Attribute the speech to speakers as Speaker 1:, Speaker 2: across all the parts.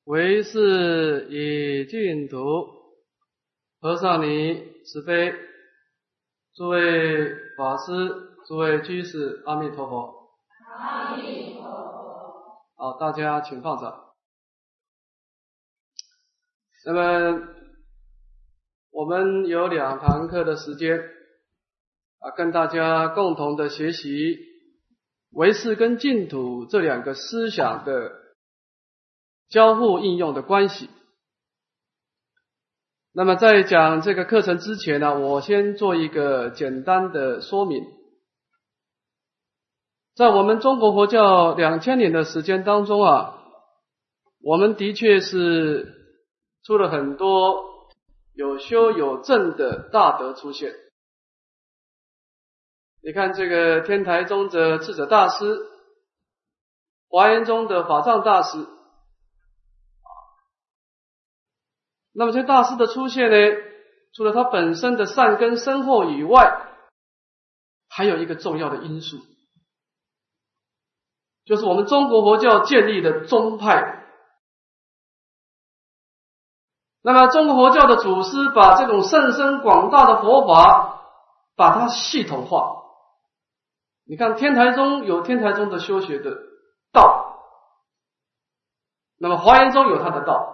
Speaker 1: 唯是以净土，和尚尼慈悲，诸位法师，诸位居士，阿弥陀佛。
Speaker 2: 阿弥陀佛。
Speaker 1: 好，大家请放掌。那么我们有2堂课的时间跟大家共同的学习唯识跟净土这2个思想的交互应用的关系。那么在讲这个课程之前呢，我先做一个简单的说明。在我们中国佛教2000年的时间当中我们的确是出了很多有修有证的大德出现。你看这个天台宗的智者大师，华严宗的法藏大师，那么这大师的出现呢，除了他本身的善根深厚以外，还有一个重要的因素，就是我们中国佛教建立的宗派。那么中国佛教的祖师把这种甚深广大的佛法把它系统化。你看天台宗有天台宗的修学的道，那么华严宗有它的道。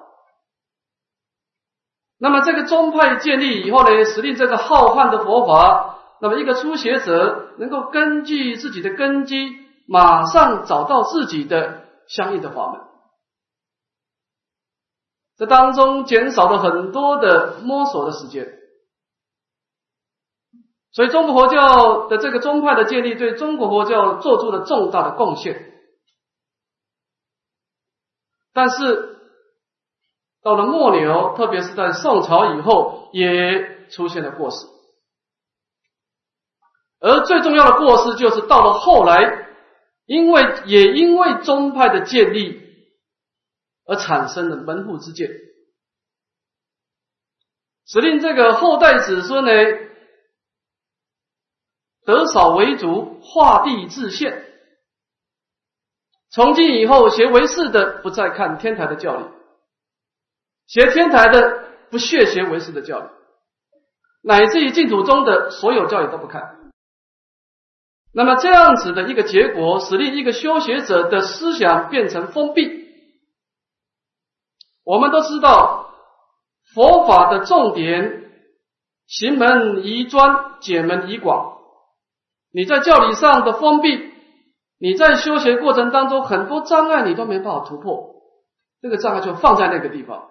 Speaker 1: 那么这个宗派建立以后呢，使令这个浩瀚的佛法，那么一个初学者能够根据自己的根基，马上找到自己的相应的法门。这当中减少了很多的摸索的时间。所以中国佛教的这个宗派的建立对中国佛教做出了重大的贡献。但是到了末流，特别是在宋朝以后，也出现了过失。而最重要的过失就是到了后来，因为宗派的建立而产生了门户之见，使令这个后代子孙呢得少为足，画地自限。从今以后学唯识的不再看天台的教理，学天台的不屑学唯识的教理，乃至于净土宗的所有教理都不看。那么这样子的一个结果，使令一个修学者的思想变成封闭。我们都知道佛法的重点，行门宜专，解门宜广。你在教理上的封闭，你在修学过程当中很多障碍你都没办法突破，这个障碍就放在那个地方，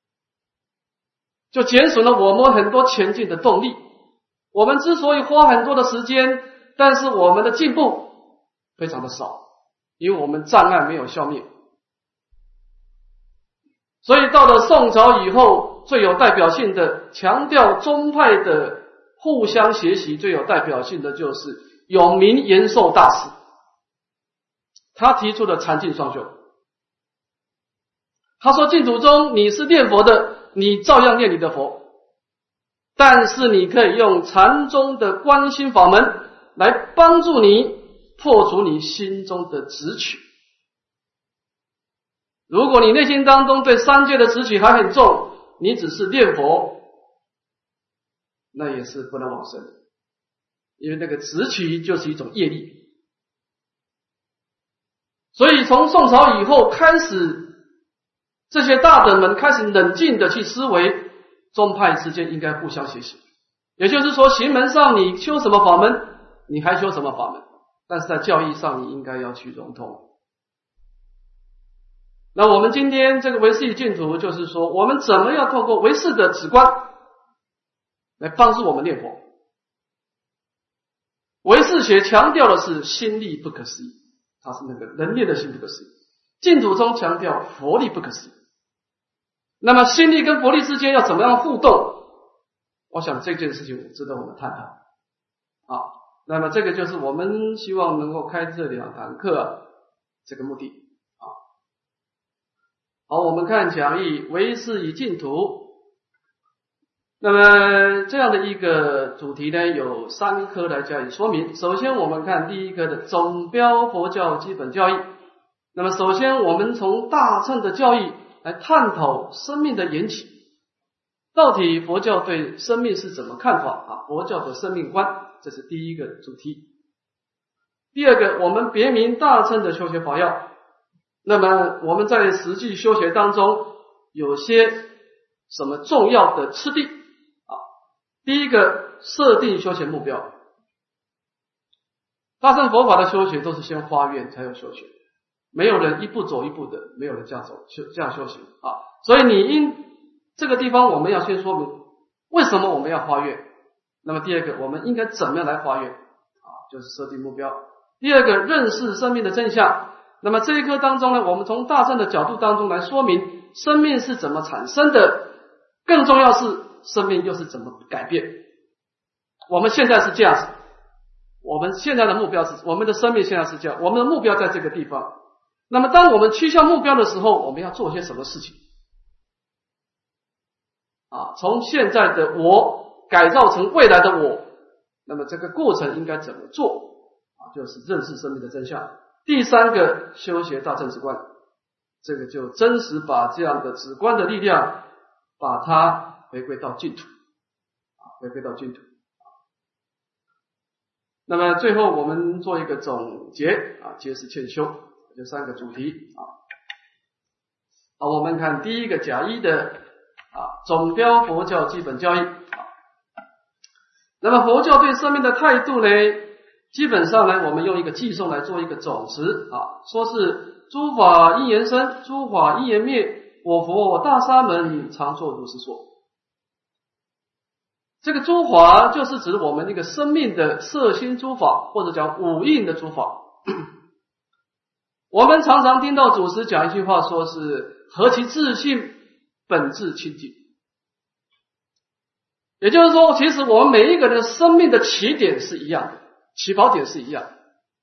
Speaker 1: 就减损了我们很多前进的动力。我们之所以花很多的时间，但是我们的进步非常的少，因为我们障碍没有消灭。所以到了宋朝以后，最有代表性的强调宗派的互相学习，最有代表性的就是永明延寿大师，他提出了禅净双修。他说净土中你是念佛的，你照样念你的佛，但是你可以用禅宗的观心法门来帮助你破除你心中的执取。如果你内心当中对三界的执取还很重，你只是念佛，那也是不能往生的，因为那个执取就是一种业力。所以从宋朝以后开始，这些大德们开始冷静的去思维，宗派之间应该互相学习。也就是说，行门上你修什么法门，你还修什么法门，但是在教义上你应该要去融通。那我们今天这个唯识与净土，就是说我们怎么样透过唯识的止观来帮助我们念佛。唯识学强调的是心力不可思议，它是那个人念的心不可思议。净土中强调佛力不可思议。那么心力跟佛力之间要怎么样互动，我想这件事情值得我们探讨。好，那么这个就是我们希望能够开这2堂课这个目的。好，我们看讲义唯识与净土。那么这样的一个主题呢，有3科来加以说明。首先我们看第1科的总标佛教基本教义。那么首先我们从大乘的教义来探讨生命的缘起。到底佛教对生命是怎么看法啊？佛教的生命观，这是第一个主题。第二个，我们别名大乘的修学法要。那么我们在实际修学当中，有些什么重要的次第啊？第一个，设定修学目标。大乘佛法的修学都是先发愿才有修学，没有人一步走一步的，没有人这样修行啊。所以你因这个地方我们要先说明为什么我们要发愿。那么第二个，我们应该怎么样来发愿啊？就是设定目标。第二个，认识生命的真相。那么这一课当中呢，我们从大乘的角度当中来说明生命是怎么产生的，更重要是生命又是怎么改变。我们现在是这样子，我们现在的目标是，我们的生命现在是这样，我们的目标在这个地方。那么当我们趋向目标的时候，我们要做些什么事情啊？从现在的我改造成未来的我，那么这个过程应该怎么做啊？就是认识生命的真相。第三个，修学大乘止观，这个就真实把这样的止观的力量把它回归到净土啊，回归到净土。那么最后我们做一个总结啊，皆是欠修，这三个主题啊。好，我们看第一个甲一的啊，总标佛教基本教义啊。那么佛教对生命的态度呢，基本上呢，我们用一个寄送来做一个总词啊，说是诸法因缘生，诸法因缘灭，我佛大沙门常作如是说。这个诸法就是指我们那个生命的色心诸法，或者讲五蕴的诸法。我们常常听到祖师讲一句话，说是何其自性，本质清净。也就是说，其实我们每一个人的生命的起点是一样的，起跑点是一样的，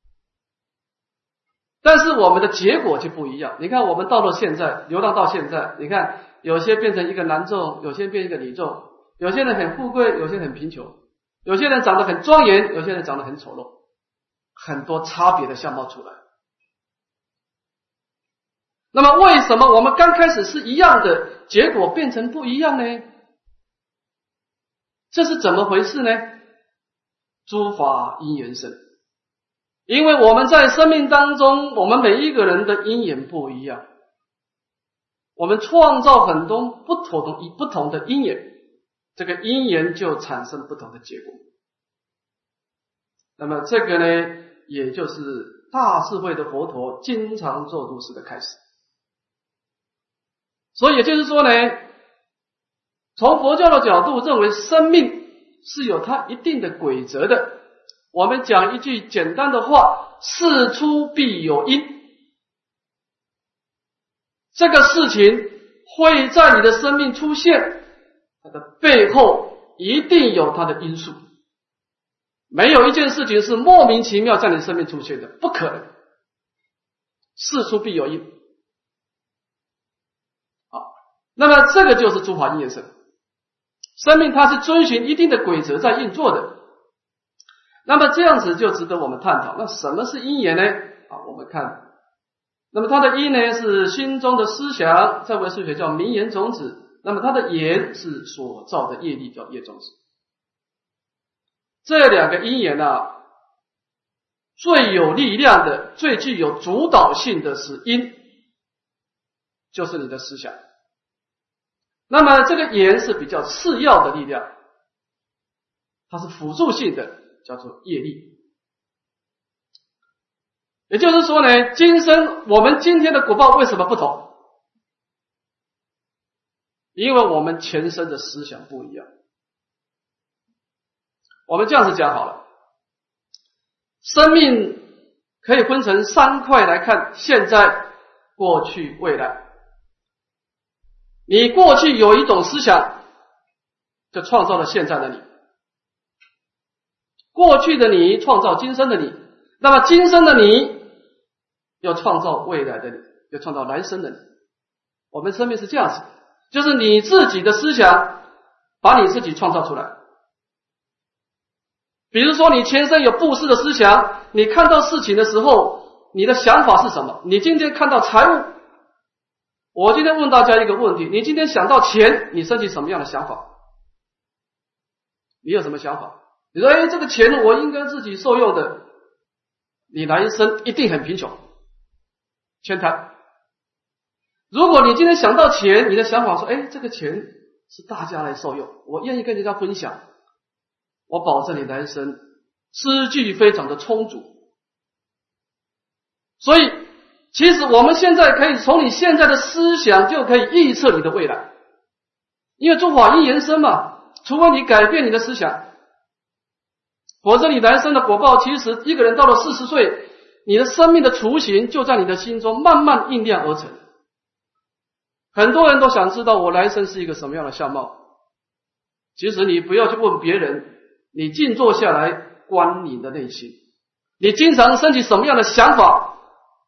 Speaker 1: 但是我们的结果就不一样。你看我们到了现在，流浪到现在，你看有些变成一个男众，有些变一个女众，有些人很富贵，有些人很贫穷，有些人长得很庄严，有些人长得很丑陋，很多差别的相貌出来。那么为什么我们刚开始是一样的，结果变成不一样呢？这是怎么回事呢？诸法因缘生。因为我们在生命当中，我们每一个人的因缘不一样，我们创造很多不同的因缘，这个因缘就产生不同的结果。那么这个呢，也就是大智慧的佛陀经常做如是的开始。所以也就是说呢，从佛教的角度认为生命是有它一定的规则的。我们讲一句简单的话，事出必有因。这个事情会在你的生命出现，它的背后一定有它的因素。没有一件事情是莫名其妙在你生命出现的，不可能。事出必有因。好，那么这个就是诸法因缘生。生命它是遵循一定的规则在运作的。那么这样子就值得我们探讨。那什么是因缘呢？啊，我们看，那么它的因呢是心中的思想，在唯识学叫名言种子。那么它的缘是所造的业力，叫业种子。这两个因缘啊，最有力量的、最具有主导性的是因，就是你的思想。那么这个缘是比较次要的力量，它是辅助性的，叫做业力。也就是说呢，今生我们今天的果报为什么不同？因为我们前生的思想不一样。我们这样子讲好了，生命可以分成三块来看，现在、过去、未来。你过去有一种思想，就创造了现在的你。过去的你创造今生的你，那么今生的你又创造未来的你，又创造来生的你。我们生命是这样子，就是你自己的思想把你自己创造出来。比如说你前生有布施的思想，你看到事情的时候，你的想法是什么？你今天看到财物， 我今天问大家一个问题，你今天想到钱，你升起什么样的想法？你有什么想法？你说这个钱我应该自己受用的，你来生一定很贫穷，欠贪。如果你今天想到钱，你的想法说这个钱是大家来受用，我愿意跟人家分享，我保证你来生资具非常的充足。所以其实我们现在可以从你现在的思想就可以预测你的未来，因为诸法因缘生嘛，除非你改变你的思想，否则你来生的果报，其实一个人到了40岁，你的生命的雏形就在你的心中慢慢酝酿而成。很多人都想知道我来生是一个什么样的相貌，其实你不要去问别人，你静坐下来观你的内心，你经常升起什么样的想法，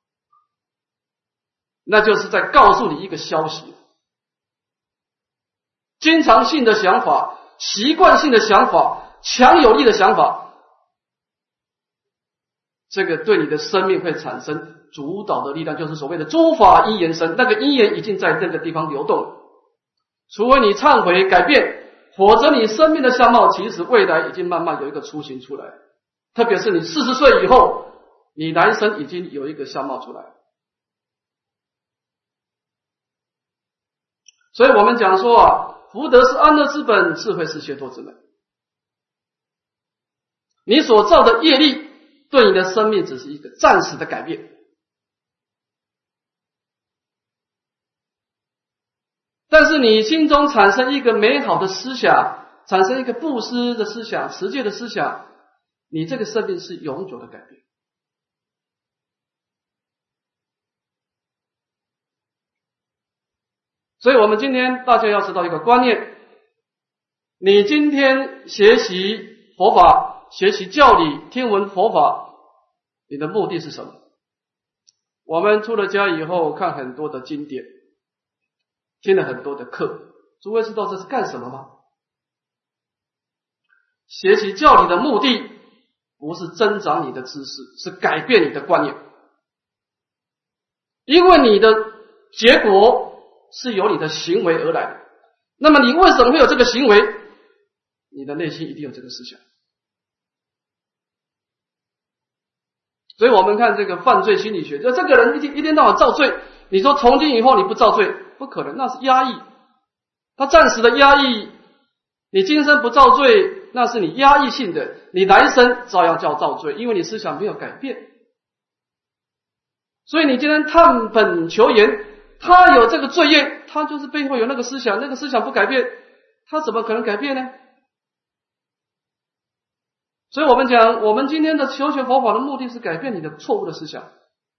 Speaker 1: 那就是在告诉你一个消息。经常性的想法，习惯性的想法，强有力的想法，这个对你的生命会产生主导的力量，就是所谓的诸法因缘生，那个因缘已经在那个地方流动了。除非你忏悔改变，否则你生命的相貌其实未来已经慢慢有一个雏形出来，特别是你40岁以后，你来生已经有一个相貌出来。所以我们讲说福德是安乐之本，智慧是解脱之门。你所造的业力对你的生命只是一个暂时的改变，但是你心中产生一个美好的思想，产生一个布施的思想，持戒的思想，你这个生命是永久的改变。所以我们今天大家要知道一个观念，你今天学习佛法，学习教理，听闻佛法，你的目的是什么？我们出了家以后看很多的经典，听了很多的课，诸位知道这是干什么吗？学习教理的目的不是增长你的知识，是改变你的观念。因为你的结果是由你的行为而来的，那么你为什么会有这个行为？你的内心一定有这个思想。所以我们看这个犯罪心理学，就这个人一天到晚造罪，你说从今以后你不造罪，不可能，那是压抑，他暂时的压抑。你今生不造罪，那是你压抑性的，你来生照样叫造罪，因为你思想没有改变。所以你今天探本求源，他有这个罪业，他就是背后有那个思想，那个思想不改变，他怎么可能改变呢？所以我们讲，我们今天的求学佛法的目的是改变你的错误的思想。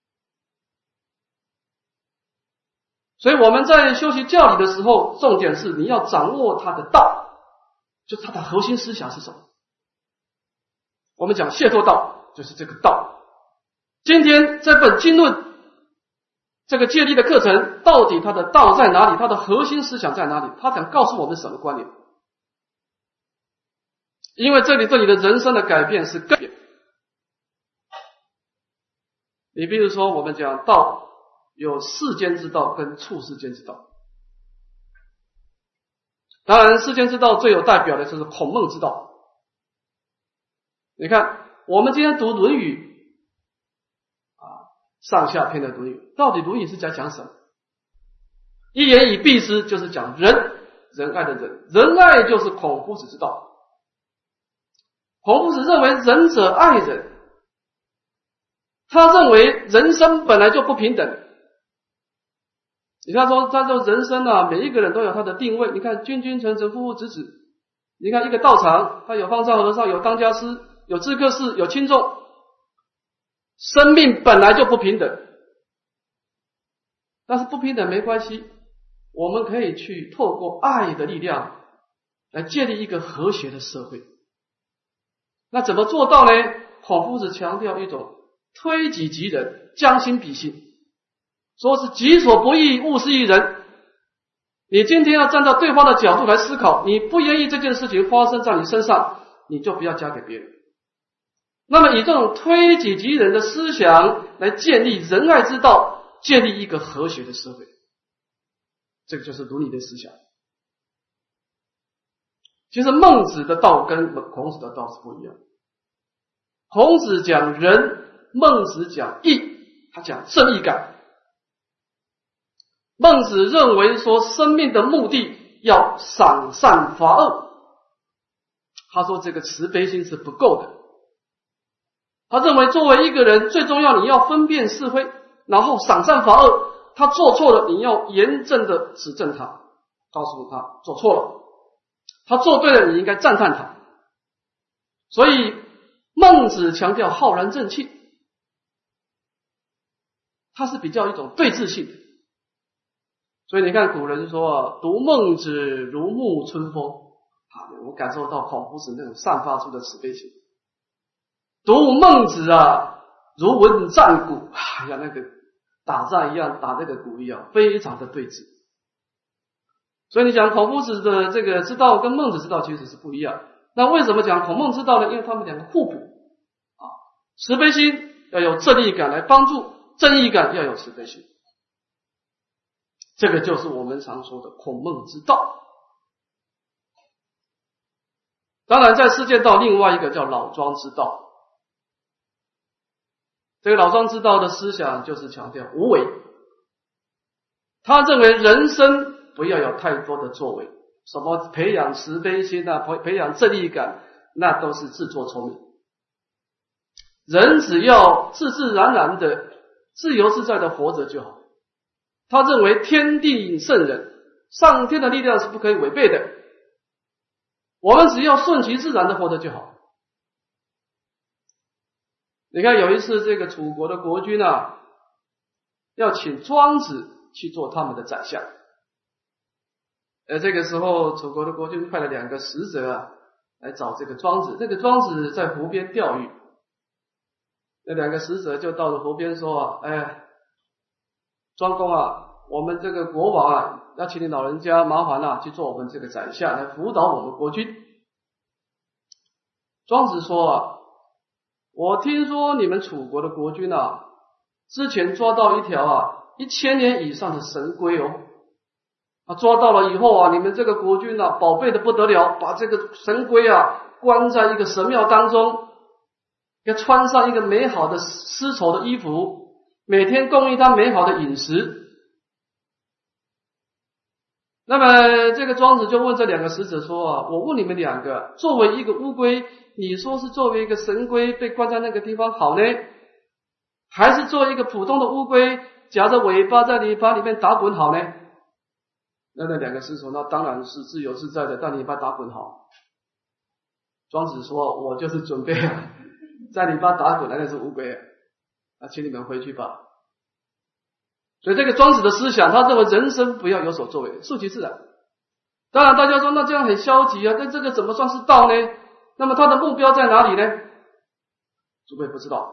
Speaker 1: 所以我们在修习教理的时候，重点是你要掌握它的道，就它的核心思想是什么。我们讲解脱道就是这个道。今天这本经论这个戒律的课程，到底它的道在哪里，它的核心思想在哪里，它想告诉我们什么观念？因为这里对你的人生的改变是根本。你比如说我们讲道有世间之道跟处世间之道，当然世间之道最有代表的就是孔孟之道。你看我们今天读论语上下篇的论语，到底论语是在讲什么？一言以蔽之，就是讲仁，仁爱的仁，仁爱就是孔夫子之道。孔夫子认为仁者爱人，他认为人生本来就不平等。你看说他说人生每一个人都有他的定位，你看君君臣臣父父子子，你看一个道场，他有方丈和尚，有当家师，有知客士，有轻重，生命本来就不平等。但是不平等没关系，我们可以去透过爱的力量来建立一个和谐的社会。那怎么做到呢？孔夫子强调一种推己及人，将心比心，说是己所不欲，勿施于人。你今天要站到对方的角度来思考，你不愿意这件事情发生在你身上，你就不要嫁给别人。那么以这种推己及人的思想来建立仁爱之道，建立一个和谐的社会。 这个就是伦理的思想。其实孟子的道跟孔子的道是不一样。孔子讲仁，孟子讲义，他讲正义感。孟子认为说生命的目的要赏善罚恶，他说这个慈悲心是不够的。他认为作为一个人最重要，你要分辨是非，然后赏善罚恶，他做错了你要严正的指正他，告诉他做错了，他做对了你应该赞叹他。所以孟子强调浩然正气，它是比较一种对峙性的。所以你看古人说读孟子如沐春风，我感受到孔夫子那种散发出的慈悲心。读孟子如闻战鼓，像那个打仗一样，打那个鼓一样，非常的对峙。所以你讲孔夫子的这个之道跟孟子之道其实是不一样。那为什么讲孔孟之道呢？因为他们两个互补慈悲心要有正义感来帮助，正义感要有慈悲心，这个就是我们常说的孔孟之道。当然在世间道另外一个叫老庄之道，这个老庄之道的思想就是强调无为，他认为人生不要有太多的作为，什么培养慈悲心培养正义感，那都是自作聪明。人只要自自然然的自由自在的活着就好。他认为天地圣人，上天的力量是不可以违背的，我们只要顺其自然的活着就好。你看有一次这个楚国的国君要请庄子去做他们的宰相，这个时候楚国的国君派了2个使者来找这个庄子。这个庄子在湖边钓鱼，那2个使者就到了湖边说庄公我们这个国王要请你老人家麻烦去做我们这个宰相，来辅导我们国君。庄子说我听说你们楚国的国君之前抓到一条1000年以上的神龟抓到了以后你们这个国君宝贝的不得了，把这个神龟关在一个神庙当中，要穿上一个美好的丝绸的衣服，每天供应他美好的饮食。那么这个庄子就问这2个使者说我问你们2个，作为一个乌龟，你说是作为一个神龟被关在那个地方好呢，还是作为一个普通的乌龟夹着尾巴在泥巴里面打滚好呢？那2个使者说那当然是自由自在的在泥巴打滚好。庄子说我就是准备在泥巴打滚的那只乌龟请你们回去吧。所以这个庄子的思想，他认为人生不要有所作为，顺其自然。当然大家说那这样很消极但这个怎么算是道呢？那么他的目标在哪里呢？诸位不知道。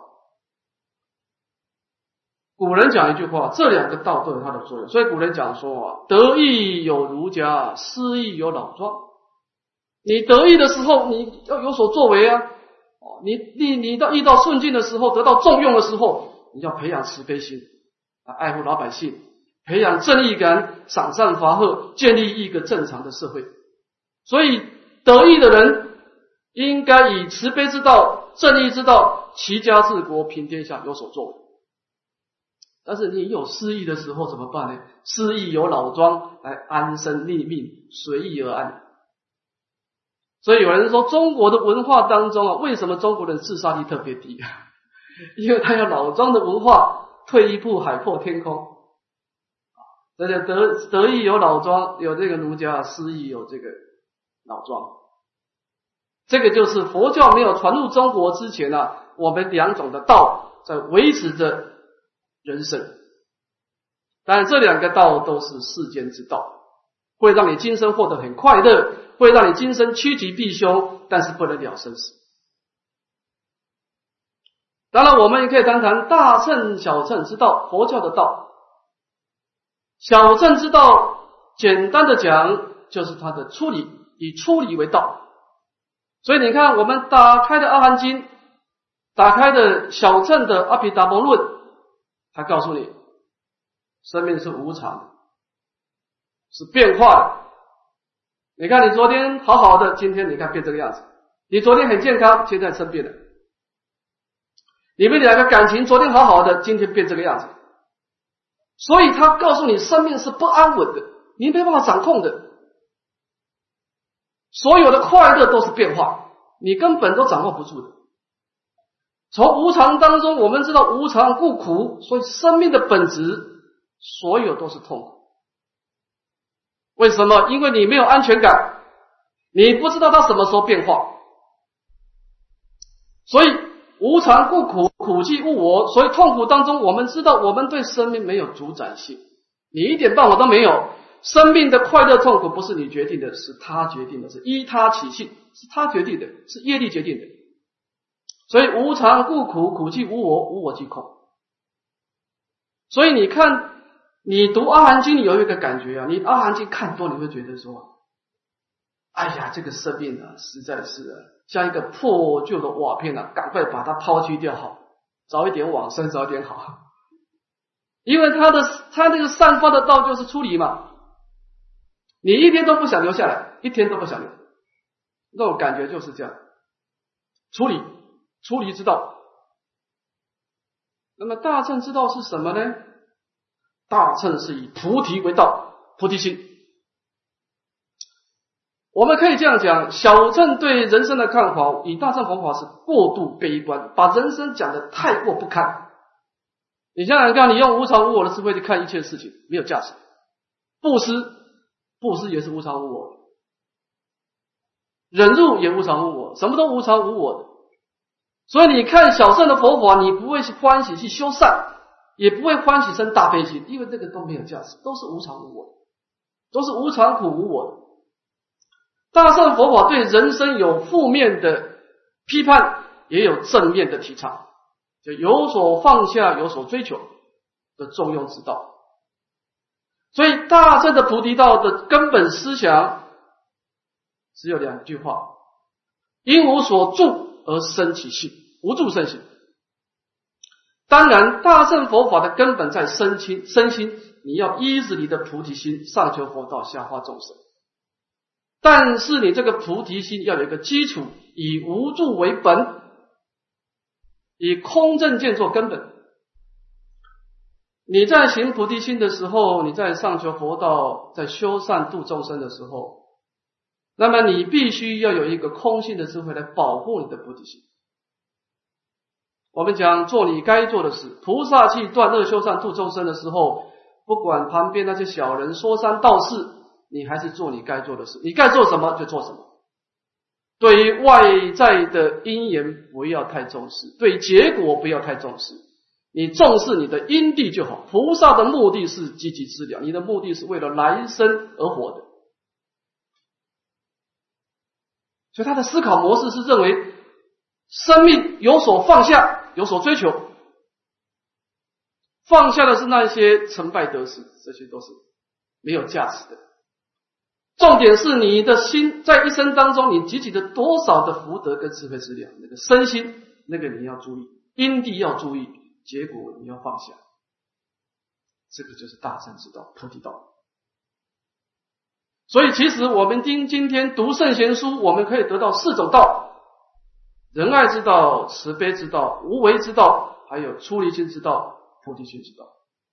Speaker 1: 古人讲一句话，这2个道都有它的作用。所以古人讲说得意有儒家，失意有老庄。你得意的时候你要有所作为你遇到顺境的时候，得到重用的时候，你要培养慈悲心，爱护老百姓，培养正义感，赏善罚恶，建立一个正常的社会。所以得意的人应该以慈悲之道、正义之道，齐家治国平天下，有所作为。但是你有失意的时候怎么办呢？失意有老庄，来安身立命，随意而安。所以有人说中国的文化当中为什么中国人自杀率特别低？因为他有老庄的文化，退一步海阔天空。这就得意有老庄，有这个儒家，失意有这个老庄。这个就是佛教没有传入中国之前我们2种的道在维持着人生。当然这2个道都是世间之道，会让你今生获得很快乐，会让你今生趋吉避凶，但是不能了生死。当然我们也可以谈谈大乘小乘之道，佛教的道。小乘之道简单的讲就是它的出离，以出离为道。所以你看我们打开的阿含经，打开的小乘的阿毗达摩论，它告诉你生命是无常的， 是变化的。你看你昨天好好的，今天你看变这个样子，你昨天很健康，现在生病了。你们两个感情昨天好好的，今天变这个样子。所以他告诉你生命是不安稳的，你没办法掌控的。所有的快乐都是变化，你根本都掌握不住的。从无常当中我们知道无常故苦，所以生命的本质所有都是痛苦。为什么？因为你没有安全感，你不知道它什么时候变化。所以无常故苦，苦即无我，所以痛苦当中我们知道我们对生命没有主宰性，你一点办法都没有。生命的快乐痛苦不是你决定的，是他决定的，是依他起性，是他决定的，是业力决定的。所以无常故苦，苦即无我，无我即空。所以你看你读阿含经，你有一个感觉啊，你阿含经看多，你会觉得说，哎呀，这个生命啊，实在是像一个破旧的瓦片啊，赶快把它抛弃掉好，早一点往生，早一点好。因为他那个散发的道就是出离嘛，你一天都不想留下来，一天都不想留，那种感觉就是这样。出离之道。那么大乘之道是什么呢？大乘是以菩提为道，菩提心。我们可以这样讲，小乘对人生的看法，以大乘佛法是过度悲观，把人生讲得太过不堪。你想想看，你用无常无我的智慧去看一切事情，没有价值。布施也是无常无我，忍辱也无常无我，什么都无常无我的。所以你看小乘的佛法，你不会去欢喜去修善，也不会欢喜生大悲心，因为这个都没有价值，都是无常无我，都是无常苦无我的。大乘佛法对人生有负面的批判，也有正面的提倡，就有所放下，有所追求的中庸之道。所以大乘的菩提道的根本思想只有两句话：因无所住而生其性，无住生心。当然大乘佛法的根本在身心，你要依着你的菩提心上求佛道，下化众生。但是你这个菩提心要有一个基础，以无住为本，以空正见做根本。你在行菩提心的时候，你在上求佛道，在修善度众生的时候，那么你必须要有一个空性的智慧来保护你的菩提心。我们讲做你该做的事，菩萨去断恶修善度众生的时候，不管旁边那些小人说三道四，你还是做你该做的事，你该做什么就做什么。对于外在的因缘不要太重视，对结果不要太重视，你重视你的因地就好。菩萨的目的是积极治疗，你的目的是为了来生而活的。所以他的思考模式是认为生命有所放下，有所追求，放下的是那些成败得失，这些都是没有价值的。重点是你的心在一生当中你积集了多少的福德跟智慧资料，那个身心那个你要注意，因地要注意，结果你要放下。这个就是大乘之道，菩提道。所以其实我们今天读圣贤书，我们可以得到四种道：仁爱之道、慈悲之道、无为之道，还有出离心之道、菩提心之道。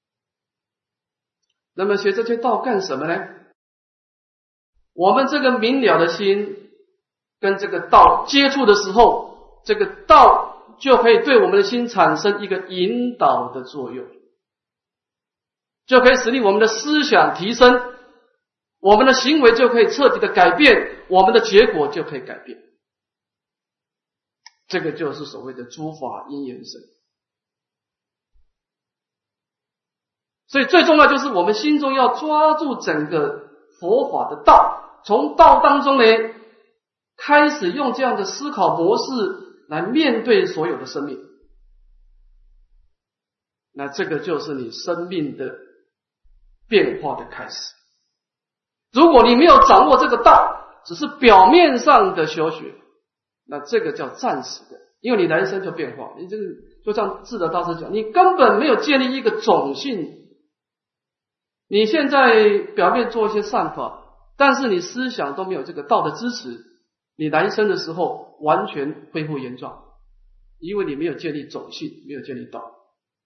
Speaker 1: 那么学这些道干什么呢？我们这个明了的心跟这个道接触的时候，这个道就可以对我们的心产生一个引导的作用，就可以使我们的思想提升，我们的行为就可以彻底的改变，我们的结果就可以改变。这个就是所谓的诸法因缘生。所以最重要就是我们心中要抓住整个佛法的道，从道当中呢开始用这样的思考模式来面对所有的生命。那这个就是你生命的变化的开始。如果你没有掌握这个道，只是表面上的修学，那这个叫暂时的，因为你来生就变化。你这个就像智德大师讲，你根本没有建立一个种性你现在表面做一些善法，但是你思想都没有这个道的支持，你来生的时候完全恢复原状，因为你没有建立种性，没有建立道。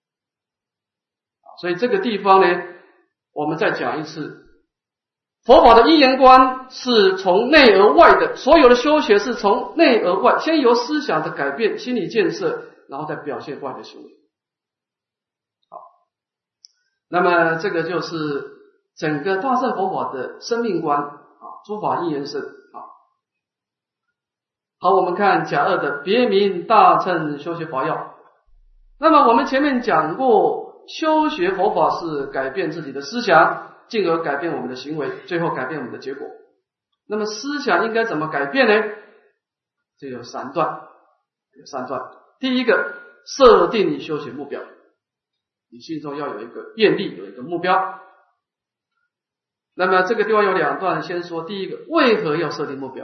Speaker 1: 所以这个地方呢，我们再讲一次，佛法的因缘观是从内而外的，所有的修学是从内而外，先由思想的改变、心理建设，然后再表现外的行为。好，那么这个就是整个大乘佛法的生命观啊，诸法因缘生啊。好，我们看甲二的别名大乘修学法要。那么我们前面讲过，修学佛法是改变自己的思想，进而改变我们的行为，最后改变我们的结果。那么思想应该怎么改变呢？这有三段。第一个，设定你修学目标，你心中要有一个愿力，有一个目标。那么这个地方有两段，先说第一个，为何要设定目标？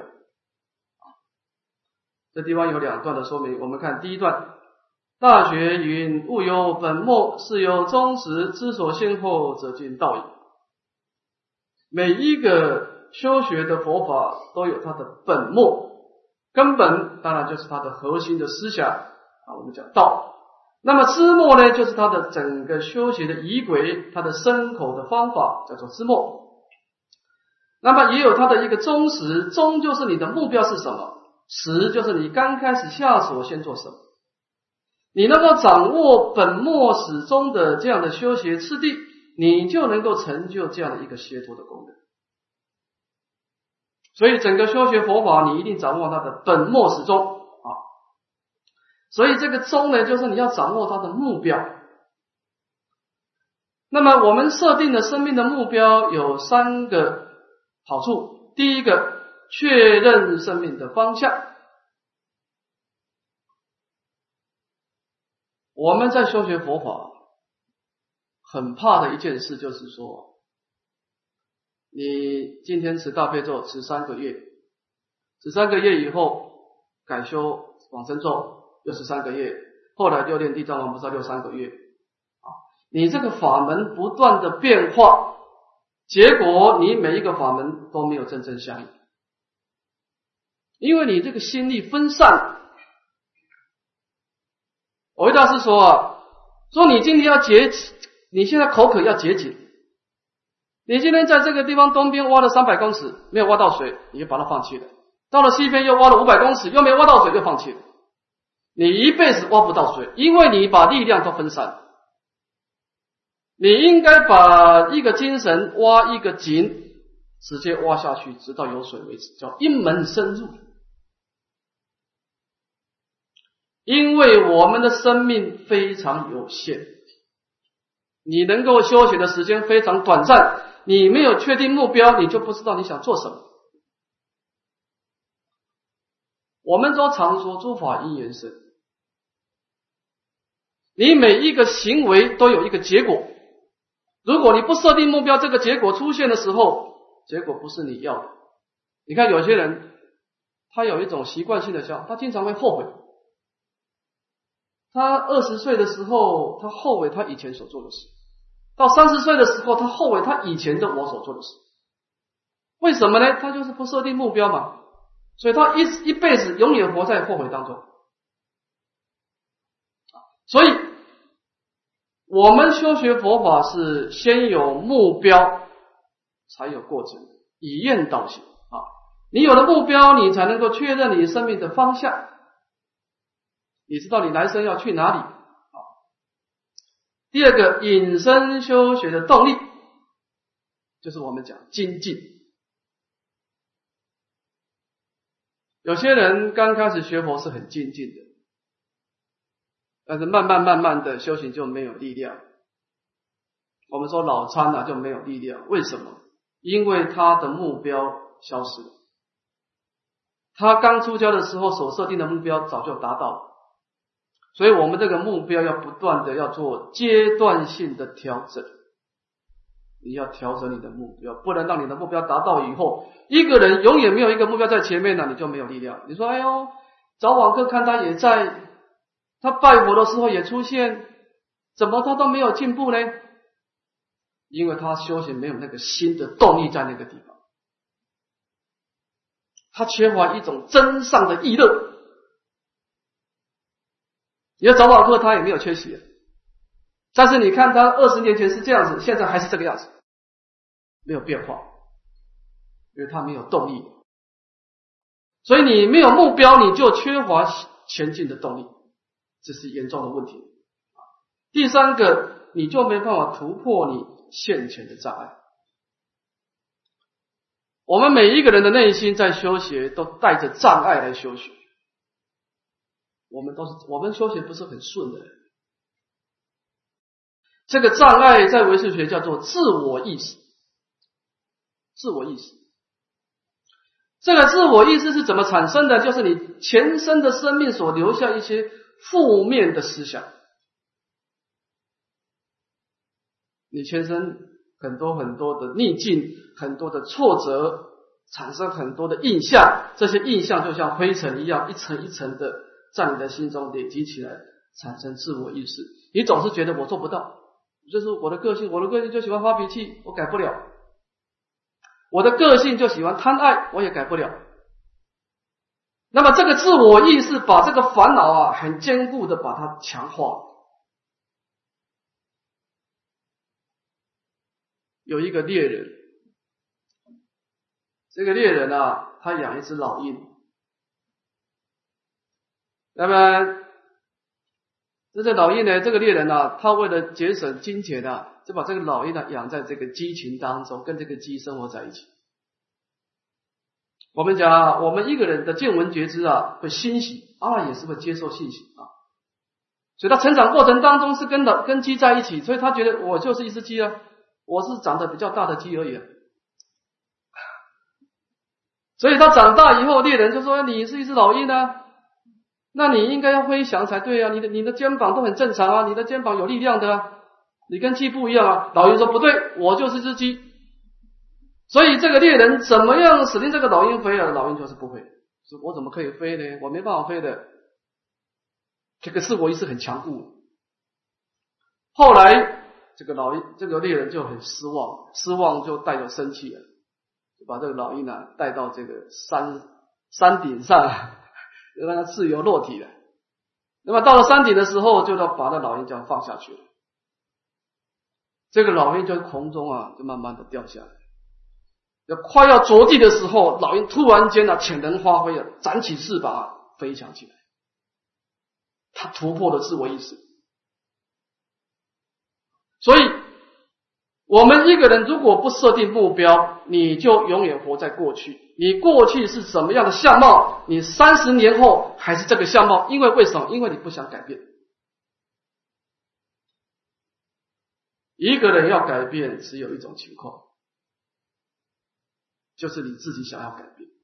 Speaker 1: 这地方有两段的说明，我们看第一段，大学云：物有本末，事有终始，知所先后，则近道矣。每一个修学的佛法都有它的本末，根本当然就是它的核心的思想啊，我们讲道。那么支末呢，就是它的整个修学的仪轨，它的身口的方法，叫做支末。那么也有它的一个终始，终就是你的目标是什么，始就是你刚开始下手先做什么。你能够掌握本末始终的这样的修学次第，你就能够成就这样的一个解脱的功能。所以整个修学佛法，你一定掌握它的本末始终啊。所以这个终呢，就是你要掌握它的目标。那么我们设定的生命的目标有三个好处。第一个，确认生命的方向。我们在修学佛法很怕的一件事就是说，你今天持大悲咒持3个月，持3个月以后改修往生咒又是3个月，后来又练地藏王菩萨又3个月啊，你这个法门不断的变化，结果你每一个法门都没有真正相应，因为你这个心力分散。藕益大师说啊，说你今天要你现在口渴要节俭，你今天在这个地方东边挖了300公尺没有挖到水，你就把它放弃了，到了西边又挖了500公尺又没挖到水，又放弃了，你一辈子挖不到水，因为你把力量都分散了。你应该把一个精神挖一个井，直接挖下去直到有水为止，叫一门深入。因为我们的生命非常有限，你能够修行的时间非常短暂，你没有确定目标，你就不知道你想做什么。我们都常说诸法因缘生，你每一个行为都有一个结果，如果你不设定目标，这个结果出现的时候，结果不是你要的。你看有些人他有一种习惯性的想法，他经常会后悔。他20岁的时候他后悔他以前所做的事，到30岁的时候他后悔他以前的我所做的事。为什么呢？他就是不设定目标嘛，所以他一辈子永远活在后悔当中。所以我们修学佛法是先有目标才有过程，以愿导行啊。你有了目标，你才能够确认你生命的方向，你知道你来生要去哪里啊。第二个，引申修学的动力，就是我们讲精进。有些人刚开始学佛是很精进的，但是慢慢的修行就没有力量。我们说脑参就没有力量，为什么？因为他的目标消失了。他刚出家的时候所设定的目标早就达到了，所以我们这个目标要不断的要做阶段性的调整。你要调整你的目标，不能让你的目标达到以后，一个人永远没有一个目标在前面呢，你就没有力量。你说哎呦，早晚课看他也在，他拜佛的时候也出现，怎么他都没有进步呢？ 因为他修行没有那个心的动力在那个地方，他缺乏一种真上的意乐。你的早晚课他也没有缺席，但是你看他20年前是这样子，现在还是这个样子，没有变化，因为他没有动力。所以你没有目标，你就缺乏前进的动力，这是严重的问题。第三个，你就没办法突破你现前的障碍。我们每一个人的内心在修学都带着障碍来修学，我们修学不是很顺的。这个障碍在唯识学叫做自我意识。自我意识，这个自我意识是怎么产生的？就是你前生的生命所留下一些负面的思想，你前生很多的逆境，很多的挫折，产生很多的印象，这些印象就像灰尘一样，一层一层的在你的心中累积起来，产生自我意识。你总是觉得我做不到，这是我的个性就喜欢发脾气，我改不了。我的个性就喜欢贪爱，我也改不了。那么这个自我意识把这个烦恼很坚固的把它强化。有一个猎人，这个猎人他养一只老鹰。那么这只老鹰呢，这个猎人他为了节省金钱就把这个老鹰养在这个鸡群当中，跟这个鸡生活在一起。我们讲我们一个人的见闻觉知会欣喜也是会接受信息所以他成长过程当中是跟鸡在一起，所以他觉得我就是一只鸡我是长得比较大的鸡而已所以他长大以后，猎人就说你是一只老鹰那你应该要飞翔才对你的肩膀都很正常你的肩膀有力量的你跟鸡不一样老鹰说不对，我就是只鸡。所以这个猎人怎么样使令这个老鹰飞老鹰就是不会，说我怎么可以飞呢？我没办法飞的。这个自我意识很强固。后来这个猎人就很失望就带着生气就把这个老鹰带到这个山顶上让它自由落体了。那么到了山顶的时候，就要把那老鹰这样放下去了。这个老鹰就在空中就慢慢的掉下来。快要着地的时候，老鹰突然间潜能发挥展起翅膀飞翔起来。他突破了自我意识。所以我们一个人如果不设定目标，你就永远活在过去。你过去是什么样的相貌，你30年后还是这个相貌。为什么？因为你不想改变。一个人要改变只有一种情况，就是你自己想要改变，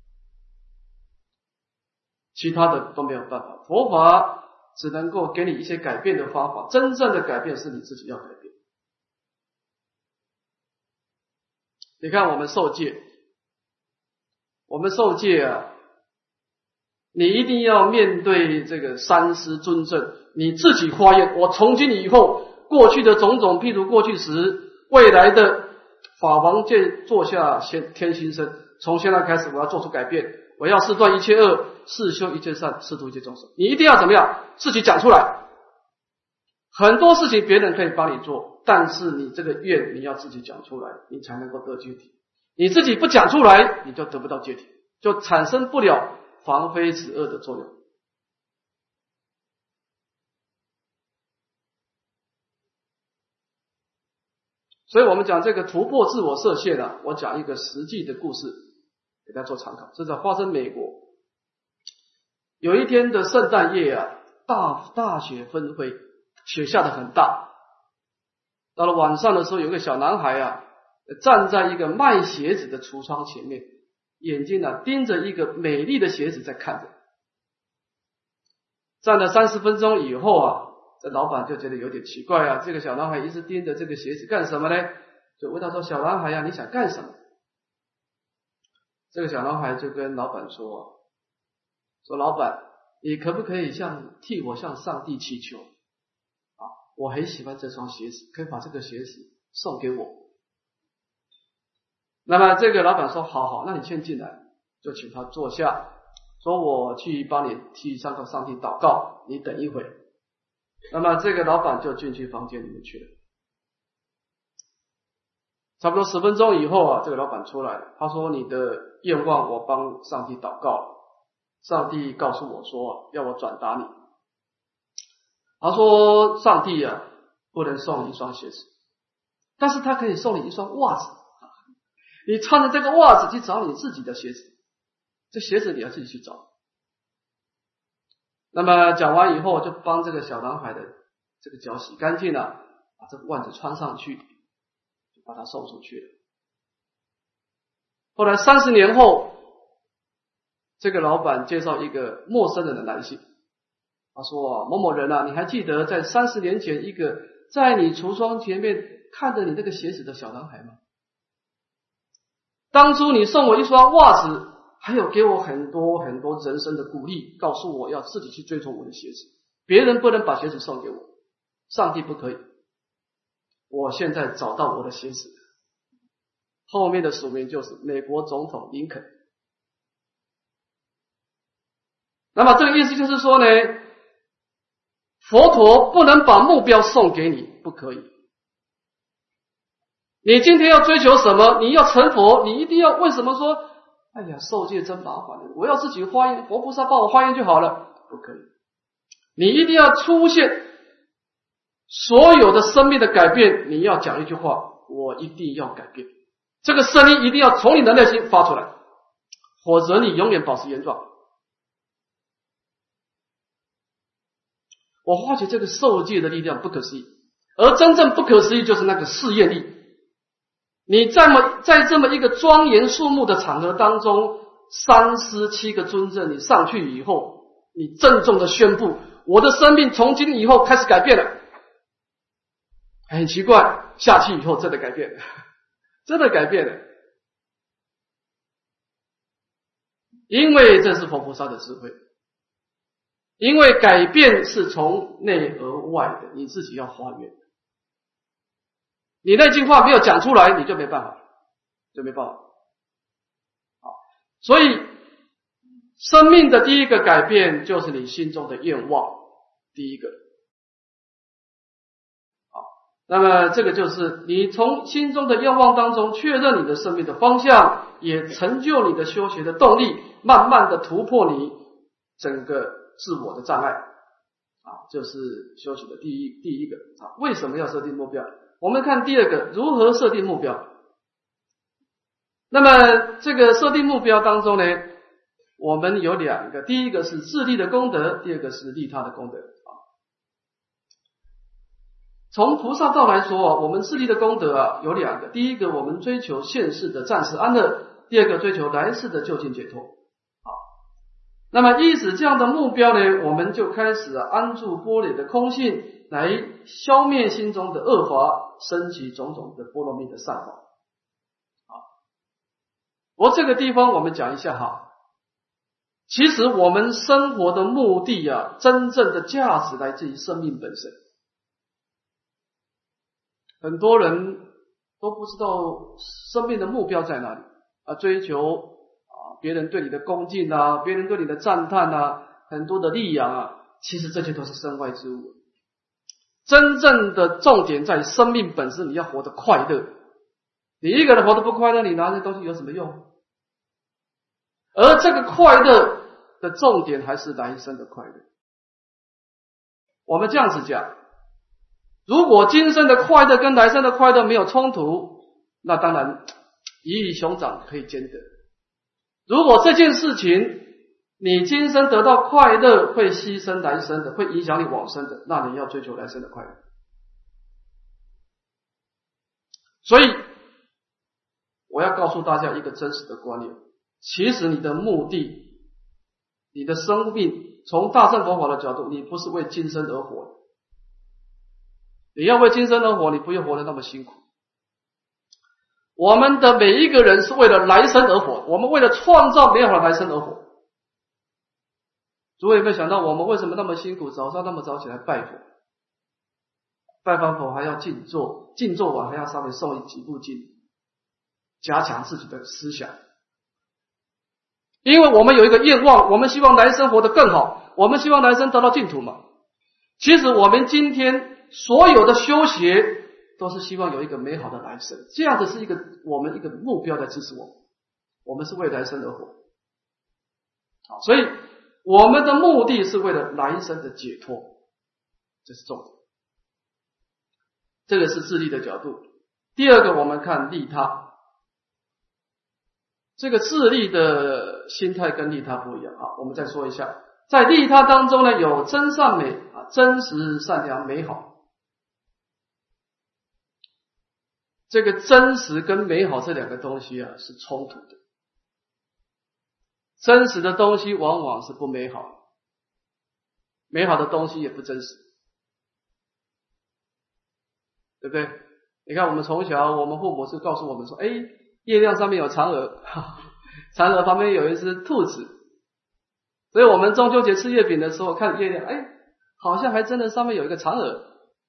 Speaker 1: 其他的都没有办法。佛法只能够给你一些改变的方法，真正的改变是你自己要改变。你看我们受戒你一定要面对这个三师尊正，你自己发愿，我从今以后过去的种种，譬如过去时未来的法王界做下天心身，从现在开始我要做出改变，我要誓断一切恶，誓修一切善，誓度一切众生。你一定要怎么样？自己讲出来。很多事情别人可以帮你做，但是你这个愿你要自己讲出来，你才能够得戒体。你自己不讲出来，你就得不到戒体，就产生不了防非止恶的作用。所以我们讲这个突破自我设限我讲一个实际的故事给大家做参考。这在发生美国有一天的圣诞夜大雪纷飞，雪下得很大。到了晚上的时候，有个小男孩站在一个卖鞋子的橱窗前面，眼睛盯着一个美丽的鞋子在看着。站了30分钟以后这老板就觉得有点奇怪这个小男孩一直盯着这个鞋子干什么呢？就问他说，小男孩你想干什么？这个小男孩就跟老板说老板，你可不可以替我向上帝祈求我很喜欢这双鞋子，可以把这个鞋子送给我。那么这个老板说好，那你先进来，就请他坐下，说我去帮你替上帝祷告，你等一会。那么这个老板就进去房间里面去了。差不多10分钟以后啊，这个老板出来了，他说你的愿望我帮上帝祷告了，上帝告诉我说要我转达你。他说上帝啊不能送你一双鞋子，但是他可以送你一双袜子，你穿着这个袜子去找你自己的鞋子，这鞋子你要自己去找。那么讲完以后，就帮这个小男孩的这个脚洗干净了，把这个袜子穿上去，就把他送出去了。后来30年后，这个老板介绍一个陌生人的来信，他说某某人啊，你还记得在30年前一个在你橱窗前面看着你那个鞋子的小男孩吗？当初你送我一双袜子，还有给我很多很多人生的鼓励，告诉我要自己去追求我的鞋子，别人不能把鞋子送给我，上帝不可以。我现在找到我的鞋子，后面的署名就是美国总统林肯。那么这个意思就是说呢，佛陀不能把目标送给你，不可以。你今天要追求什么？你要成佛，你一定要为什么说哎呀受戒真麻烦，我要自己化验，佛菩萨帮我化验就好了，不可以。你一定要出现所有的生命的改变，你要讲一句话，我一定要改变，这个声音一定要从你的内心发出来，否则你永远保持原状。我发觉这个受戒的力量不可思议，而真正不可思议就是那个试验力。你在这么一个庄严肃穆的场合当中，3师7个尊者你上去以后，你郑重的宣布我的生命从今以后开始改变了。很奇怪，下去以后真的改变了，真的改变了。因为这是佛菩萨的智慧，因为改变是从内而外的，你自己要还原。你那句话没有讲出来，你就没办法，好，所以生命的第一个改变就是你心中的愿望，第一个。好，那么这个就是你从心中的愿望当中确认你的生命的方向，也成就你的修学的动力，慢慢的突破你整个自我的障碍啊，就是修学的第一个啊。为什么要设定目标？我们看第二个，如何设定目标。那么这个设定目标当中呢，我们有2个，第一个是自利的功德，第二个是利他的功德啊。从菩萨道来说，我们自利的功德啊有2个，第一个我们追求现世的暂时安乐，第二个追求来世的究竟解脱啊。那么依止这样的目标呢，我们就开始安住般若的空性，来消灭心中的恶法，升起种种的波罗蜜的善法。我这个地方我们讲一下哈，其实我们生活的目的啊，真正的价值来自于生命本身。很多人都不知道生命的目标在哪里啊，追求别人对你的恭敬啊，别人对你的赞叹啊，很多的利养啊，其实这些都是身外之物。真正的重点在生命本身，你要活得快乐。你一个人活得不快乐，你拿这东西有什么用？而这个快乐的重点还是来生的快乐。我们这样子讲，如果今生的快乐跟来生的快乐没有冲突，那当然鱼与熊掌可以兼得。如果这件事情你今生得到快乐会牺牲来生的，会影响你往生的，那你要追求来生的快乐。所以我要告诉大家一个真实的观念，其实你的目的，你的生命从大乘佛法的角度，你不是为今生而活的。你要为今生而活，你不用活得那么辛苦。我们的每一个人是为了来生而活，我们为了创造美好的来生而活。诸位有没有想到我们为什么那么辛苦，早上那么早起来拜佛？ 拜访佛还要静坐，静坐完还要稍微诵几部经，加强自己的思想。因为我们有一个愿望，我们希望来生活得更好，我们希望来生得到净土嘛。其实我们今天所有的修学都是希望有一个美好的来生，这样子是我们一个目标来支持我们是为来生而活。好，所以我们的目的是为了来生的解脱，这是重点。这个是自利的角度。第二个，我们看利他。这个自利的心态跟利他不一样啊，我们再说一下，在利他当中呢，有真善美啊，真实善良美好。这个真实跟美好这两个东西啊是冲突的。真实的东西往往是不美好，美好的东西也不真实，对不对？你看我们从小，我们父母是告诉我们说，月亮上面有嫦娥，嫦娥旁边有一只兔子，所以我们中秋节吃月饼的时候看月亮，好像还真的上面有一个嫦娥。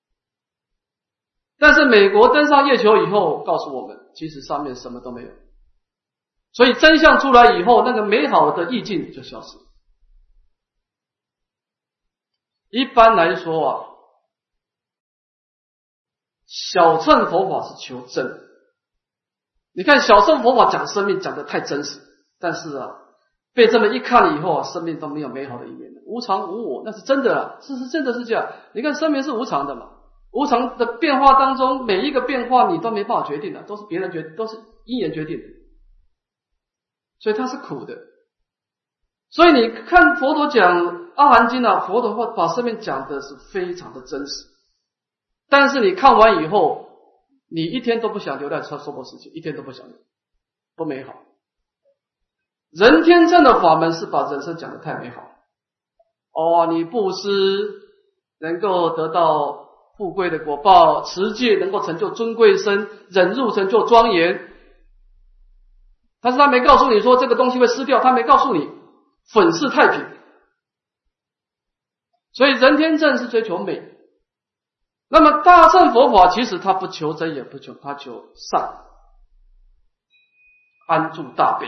Speaker 1: 但是美国登上月球以后告诉我们，其实上面什么都没有。所以真相出来以后，那个美好的意境就消失了。一般来说啊，小乘佛法是求真。你看小乘佛法讲生命讲得太真实，但是啊，被这么一看以后啊，生命都没有美好的一面了，无常无我，那是真的啊，是真的是这样。你看生命是无常的嘛，无常的变化当中，每一个变化你都没办法决定的，都是别人决定，都是因缘决定的，所以它是苦的。所以你看佛陀讲阿含经啊，佛陀话把生命讲的是非常的真实，但是你看完以后，你一天都不想留在娑婆世界，一天都不想留，不美好。人天正的法门是把人生讲得太美好，你布施能够得到富贵的果报，持戒能够成就尊贵身，忍辱成就庄严。但是他没告诉你说这个东西会失掉，他没告诉你粉饰太平。所以人天正是追求美。那么大乘佛法其实他不求真也不求，他求善，安住大悲。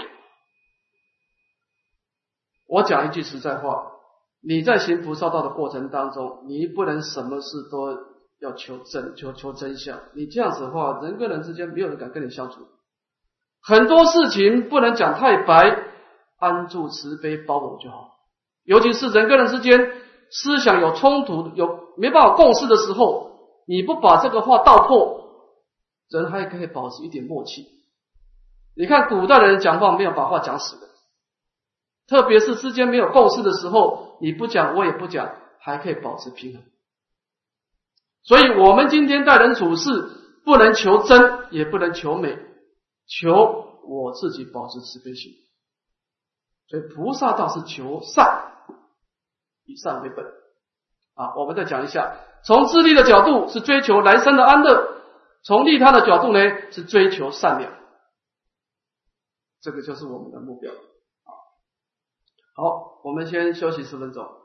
Speaker 1: 我讲一句实在话，你在行菩萨道的过程当中，你不能什么事都要求真相，你这样子的话，人跟人之间没有人敢跟你相处。很多事情不能讲太白，安住慈悲包容就好。尤其是人跟人之间思想有冲突，有没办法共识的时候，你不把这个话道破，人还可以保持一点默契。你看古代的人讲话没有把话讲死的，特别是之间没有共识的时候，你不讲我也不讲，还可以保持平衡。所以我们今天待人处事不能求真，也不能求美，求我自己保持慈悲心。所以菩萨道是求善，以善为本。我们再讲一下，从自利的角度是追求来生的安乐，从利他的角度呢是追求善良。这个就是我们的目标。好，我们先休息10分钟。